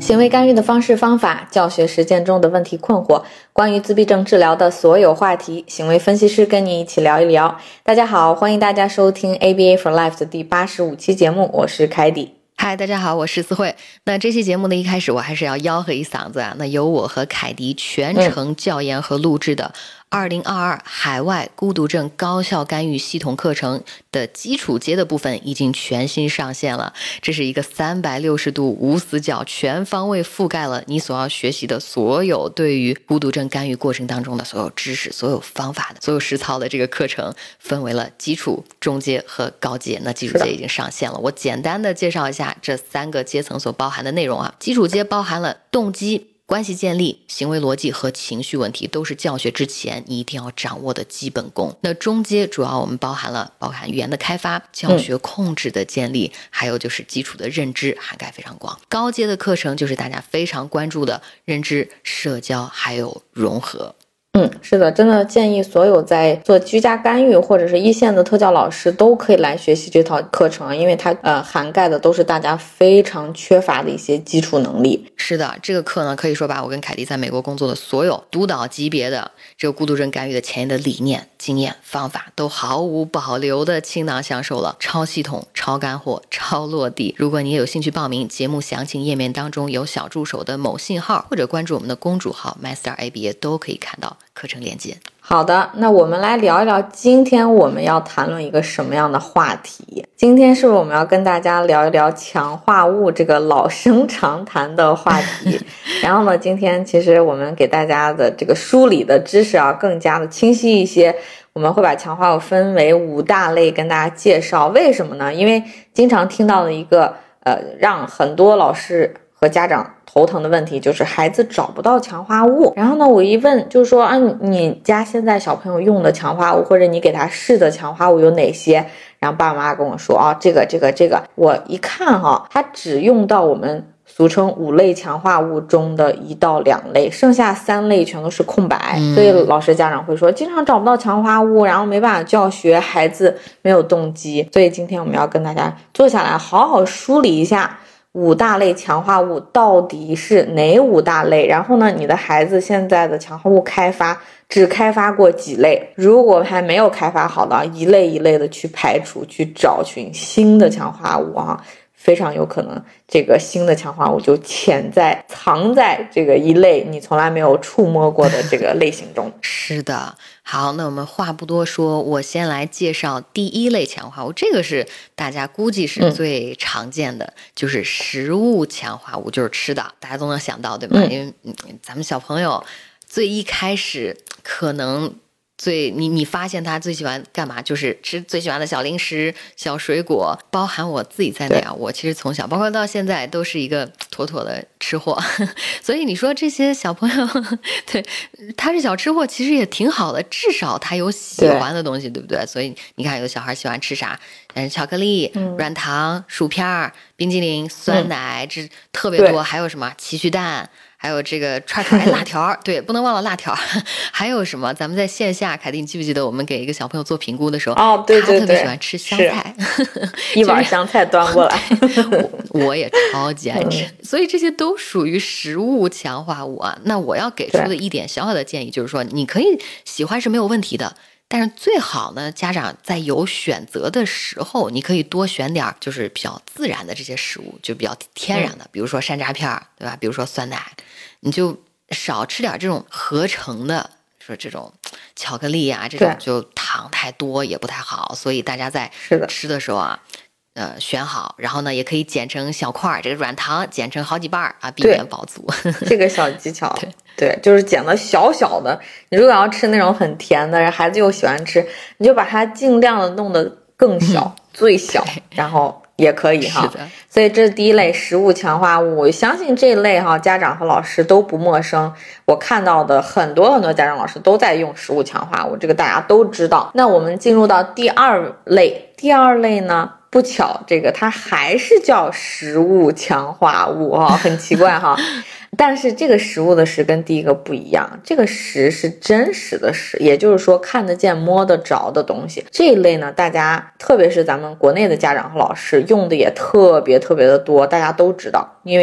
行为干预的方式方法，教学实践中的问题困惑，关于自闭症治疗的所有话题，行为分析师跟你一起聊一聊。大家好，欢迎大家收听 ABA for Life 的第85期节目，我是凯迪。 嗨，大家好，我是思慧。那这期节目的一开始，我还是要吆喝一嗓子啊。那由我和凯迪全程教研和录制的2022海外孤独症高效干预系统课程的基础阶的部分已经全新上线了。这是一个360度无死角，全方位覆盖了你所要学习的所有对于孤独症干预过程当中的所有知识、所有方法的所有实操的这个课程，分为了基础、中阶和高阶。那基础阶已经上线了，我简单的介绍一下这3个阶层所包含的内容啊。基础阶包含了动机、关系建立、行为逻辑和情绪问题，都是教学之前你一定要掌握的基本功。那中阶主要我们包含语言的开发、教学控制的建立，还有就是基础的认知，涵盖非常广。高阶的课程就是大家非常关注的认知、社交还有融合。 是的，真的建议所有在做居家干预或者是一线的特教老师都可以来学习这套课程，因为它涵盖的都是大家非常缺乏的一些基础能力。 是的，这个课呢，可以说把我跟凯迪在美国工作的所有督导级别的这个孤独症干预的前沿的理念、经验、方法都毫无保留的倾囊相授了，超系统、超干货、超落地。如果你也有兴趣报名，节目详情页面当中有小助手的某信号，或者关注我们的公主号 MyStarABA 都可以看到课程链接。 好的，那我们来聊一聊今天我们要谈论一个什么样的话题。今天是不是我们要跟大家聊一聊强化物这个老生常谈的话题然后呢，今天其实我们给大家的这个梳理的知识啊更加的清晰一些，我们会把强化物分为5大类跟大家介绍。为什么呢？因为经常听到的一个让很多老师和家长头疼的问题就是孩子找不到强化物。然后呢，我一问就是说你家现在小朋友用的强化物或者你给他试的强化物有哪些？然后爸妈跟我说这个，我一看他只用到我们俗称5类强化物中的1到2类，剩下3类全都是空白。所以老师家长会说经常找不到强化物，然后没办法教学，孩子没有动机。所以今天我们要跟大家坐下来好好梳理一下5大类强化物到底是哪5大类，然后呢，你的孩子现在的强化物开发只开发过几类，如果还没有开发好的，一类一类的去排除，去找寻新的强化物非常有可能这个新的强化物就藏在这个一类你从来没有触摸过的这个类型中是的。好，那我们话不多说，我先来介绍第1类强化物，这个是大家估计是最常见的，就是食物强化物，就是吃的，大家都能想到对吗？因为咱们小朋友最一开始可能你发现他最喜欢干嘛，就是吃最喜欢的小零食、小水果，包含我自己在内啊，我其实从小包括到现在都是一个妥妥的吃货所以你说这些小朋友对，他是小吃货其实也挺好的，至少他有喜欢的东西， 对不对？所以你看有的小孩喜欢吃啥，巧克力、软糖、薯片、冰激凌、酸奶，这特别多，还有什么奇趣蛋，还有这个串辣条对，不能忘了辣条还有什么咱们在线下，凯蒂你记不记得我们给一个小朋友做评估的时候对， 他特别喜欢吃香菜一碗香菜端过来我也超级爱吃所以这些都属于食物强化物啊。那我要给出的一点小小的建议就是说，你可以喜欢是没有问题的，但是最好呢，家长在有选择的时候，你可以多选点就是比较自然的这些食物，就比较天然的，比如说山楂片，对吧？比如说酸奶，你就少吃点这种合成的，说这种巧克力啊，这种就糖太多也不太好。所以大家在吃的时候选好，然后呢，也可以剪成小块，这个软糖剪成好几瓣避免饱足。 这个小技巧，对，就是剪的小小的。你如果要吃那种很甜的，孩子又喜欢吃，你就把它尽量的弄得更小，最小，然后也可以所以这是第1类食物强化物，我相信这一类家长和老师都不陌生。我看到的很多家长老师都在用食物强化物，这个大家都知道。那我们进入到第2类，第2类呢，不巧这个它还是叫食物强化物很奇怪但是这个食物的食跟第一个不一样，这个食是真实的食，也就是说看得见摸得着的东西。这一类呢，大家特别是咱们国内的家长和老师用的也特别的多，大家都知道，因为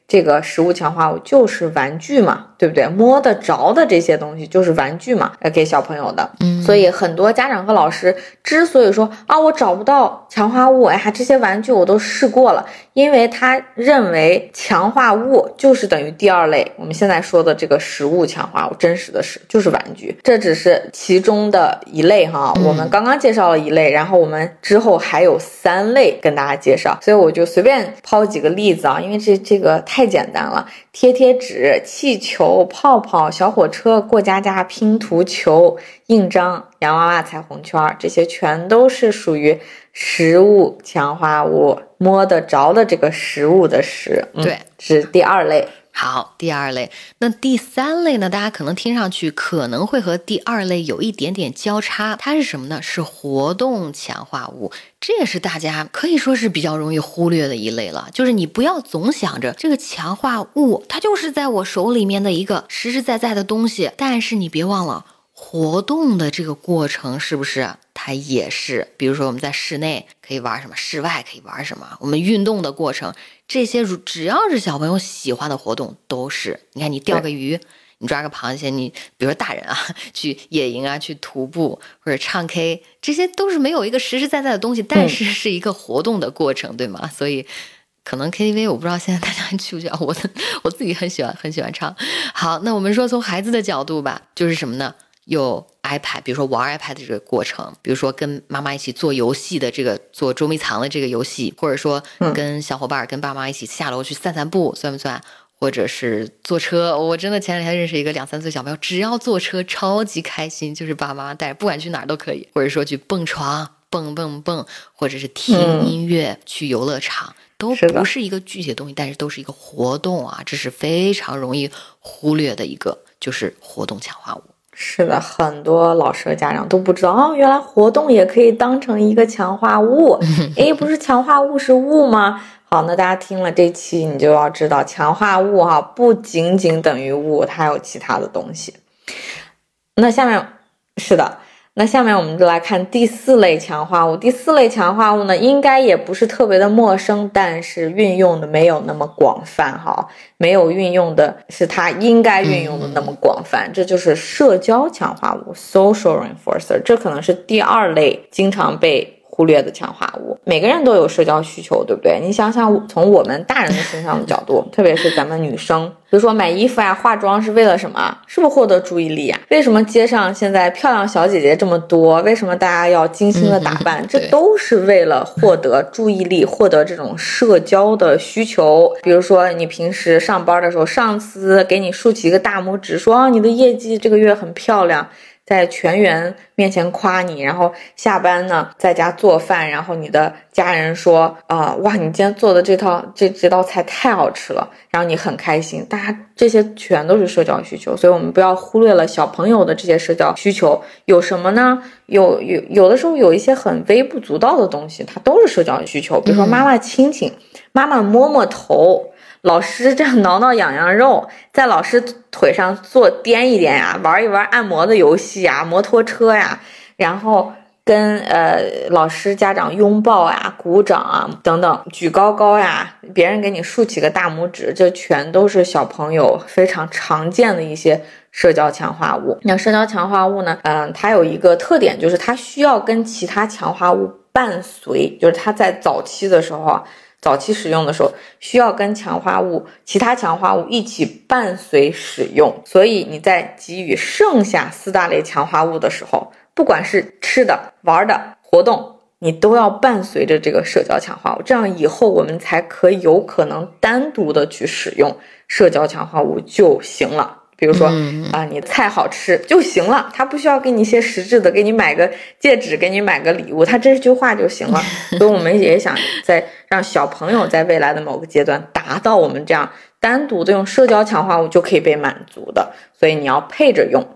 这个食物强化物就是玩具嘛，对不对？摸得着的这些东西就是玩具嘛，给小朋友的。所以很多家长和老师之所以说啊，我找不到强化物，哎呀，这些玩具我都试过了，因为他认为强化物就是等于第二类，我们现在说的这个食物强化物，真实的是就是玩具，这只是其中的一类哈。我们刚刚介绍了一类，然后我们之后还有3类跟大家介绍，所以我就随便抛几个例子啊，因为这个太简单了。贴纸、气球、泡泡、小火车、过家家、拼图球、印章、洋娃娃、彩虹圈，这些全都是属于食物强化物，摸得着的这个食物的食， 对， 是第2类。 好，第2类。那第3类呢，大家可能听上去可能会和第2类有一点点交叉，它是什么呢？是活动强化物。这也是大家可以说是比较容易忽略的一类了，就是你不要总想着这个强化物它就是在我手里面的一个实实在在的东西，但是你别忘了活动的这个过程是不是它也是，比如说我们在室内可以玩什么，室外可以玩什么，我们运动的过程，这些只要是小朋友喜欢的活动都是。你看你钓个鱼，你抓个螃蟹，你比如说大人啊去野营啊，去徒步或者唱 K， 这些都是没有一个实实在在的东西，但是是一个活动的过程，对吗？所以可能 KTV 我不知道现在大家还去不去啊，我自己很喜欢唱。好，那我们说从孩子的角度吧，就是什么呢？有 iPad， 比如说玩 iPad 的这个过程，比如说跟妈妈一起做游戏的这个做捉迷藏的这个游戏，或者说跟小伙伴跟爸妈一起下楼去散步，算不算？或者是坐车，我真的前2天认识一个2、3岁小朋友，只要坐车超级开心，就是爸爸妈妈带着，不管去哪儿都可以。或者说去蹦床，蹦，或者是听音乐，去游乐场，都不是一个具体的东西，但是都是一个活动啊，这是非常容易忽略的一个，就是活动强化物。 是的，很多老师和家长都不知道哦，原来活动也可以当成一个强化物。诶，不是强化物是物吗？好，那大家听了这期你就要知道，强化物不仅仅等于物，它还有其他的东西。那下面我们就来看第4类强化物。第4类强化物呢，应该也不是特别的陌生，但是运用的没有那么广泛没有运用的是它应该运用的那么广泛，这就是社交强化物 social reinforcer， 这可能是第2类经常被忽略的强化物。每个人都有社交需求，对不对？你想想，从我们大人的身上的角度，特别是咱们女生，比如说买衣服呀、化妆是为了什么？是不是获得注意力啊？为什么街上现在漂亮小姐姐这么多？为什么大家要精心的打扮？这都是为了获得注意力，获得这种社交的需求。比如说你平时上班的时候，上司给你竖起一个大拇指，说你的业绩这个月很漂亮，在全员面前夸你，然后下班呢在家做饭，然后你的家人说哇，你今天做的这道菜太好吃了，然后你很开心。大家这些全都是社交需求，所以我们不要忽略了小朋友的这些社交需求。有什么呢？有的时候有一些很微不足道的东西，它都是社交需求。比如说妈妈亲亲，妈妈摸头，老师这样挠痒肉，在老师腿上做颠一颠呀，玩一玩按摩的游戏呀，摩托车呀，然后跟老师家长拥抱呀，鼓掌啊等等，举高高呀，别人给你竖起个大拇指，这全都是小朋友非常常见的一些社交强化物。那社交强化物呢，它有一个特点，就是它需要跟其他强化物伴随，就是它在早期的时候早期使用的时候需要跟其他强化物一起伴随使用，所以你在给予剩下4大类强化物的时候，不管是吃的、玩的、活动，你都要伴随着这个社交强化物，这样以后我们才有可能单独的去使用社交强化物就行了。比如说你的菜好吃就行了，他不需要给你一些实质的，给你买个戒指，给你买个礼物，他这句话就行了。所以我们也想让小朋友在未来的某个阶段达到我们这样单独的用社交强化物就可以被满足的，所以你要配着用。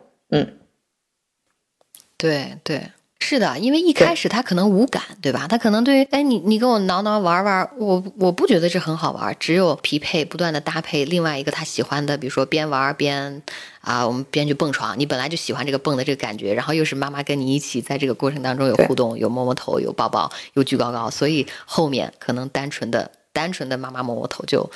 对，是的，因为一开始他可能无感，对吧？他可能对于你跟我挠玩，我不觉得这很好玩，只有匹配不断的搭配另外一个他喜欢的，比如说边玩边我们边去蹦床，你本来就喜欢这个蹦的这个感觉，然后又是妈妈跟你一起在这个过程当中有互动，有摸头，有抱抱，有举高高，所以后面可能单纯的妈妈摸头就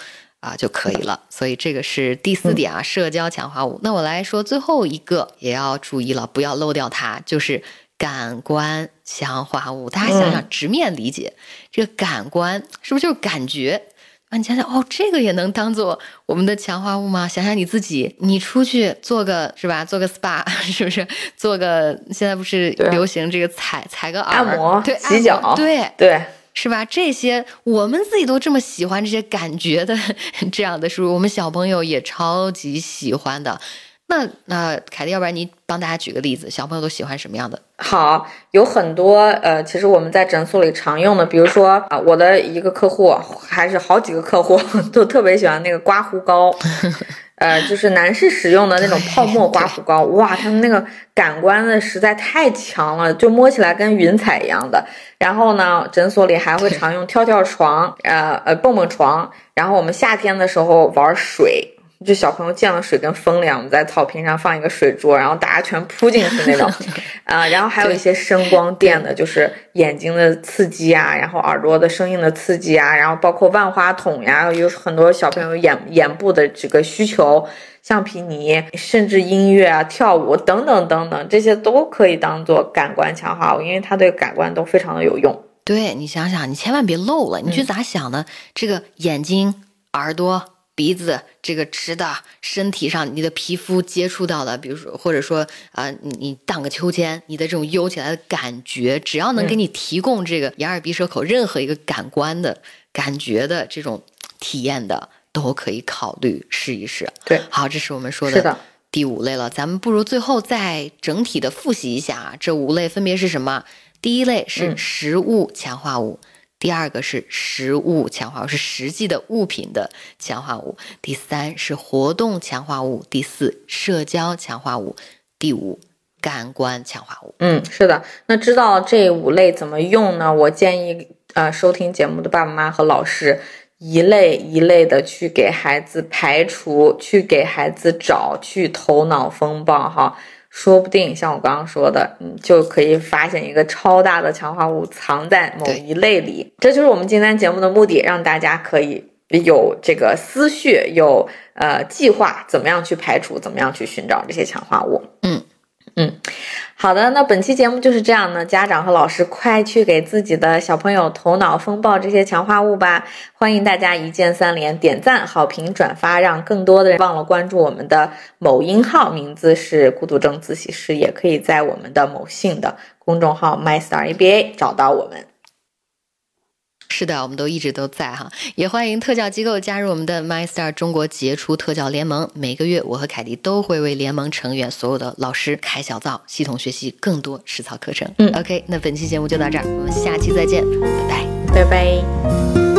就可以了。所以这个是第4点啊，社交强化物。那我来说最后一个，也要注意了，不要漏掉它，就是感官强化物。大家想想，直面理解这个感官是不是就是感觉？你想想哦，这个也能当做我们的强化物吗？想想你自己，你出去做个是吧？做个 SPA 是不是？做个现在不是流行这个踩个耳按摩、 对， 洗脚， 对，是吧？这些我们自己都这么喜欢这些感觉的这样的，是不是？我们小朋友也超级喜欢的。那凯蒂，要不然你帮大家举个例子，小朋友都喜欢什么样的？ 好，有很多其实我们在诊所里常用的，比如说我的一个客户，还是好几个客户都特别喜欢那个刮胡膏，就是男士使用的那种泡沫刮胡膏，哇，他们那个感官的实在太强了，就摸起来跟云彩一样的。然后呢，诊所里还会常用跳跳床，蹦蹦床，然后我们夏天的时候玩水。就小朋友见了水跟风一样，我们在草坪上放一个水桌，然后大家全扑进去那种，然后还有一些声光电的，就是眼睛的刺激啊，然后耳朵的声音的刺激啊，然后包括万花筒呀，有很多小朋友眼部的这个需求，橡皮泥，甚至音乐啊、跳舞等等等等，这些都可以当做感官强化物，因为它对感官都非常的有用。 对，你想想，你千万别漏了，你去咋想呢？这个眼睛、耳朵、鼻子，这个吃的身体上你的皮肤接触到的，比如说或者说你荡个秋千，你的这种悠起来的感觉，只要能给你提供这个眼耳鼻舌口任何一个感官的感觉的这种体验的，都可以考虑试一试。 对， 好，这是我们说的第5类了。咱们不如最后再整体的复习一下啊，这5类分别是什么？第1类是食物强化物。第2个是食物强化物，是实际的物品的强化物。第3是活动强化物。第4社交强化物。第5感官强化物。 是的。那知道这5类怎么用呢？我建议收听节目的爸爸妈妈和老师一类一类的去给孩子排除，去给孩子找，去头脑风暴哈。说不定像我刚刚说的，就可以发现一个超大的强化物藏在某一类里。这就是我们今天节目的目的，让大家可以有这个思绪，有计划，怎么样去排除，怎么样去寻找这些强化物。好的，那本期节目就是这样呢。家长和老师快去给自己的小朋友头脑风暴这些强化物吧。欢迎大家一键3连，点赞、好评、转发，让更多的人忘了关注我们的某音号，名字是孤独症自习室，也可以在我们的某信的公众号 MyStarABA 找到我们。 是的，我们都一直都在哈，也欢迎特教机构加入我们的 MyStar 中国杰出特教联盟。每个月我和凯蒂都会为联盟成员所有的老师开小灶，系统学习更多实操课程。OK， 那本期节目就到这儿，我们下期再见，拜拜， 拜拜。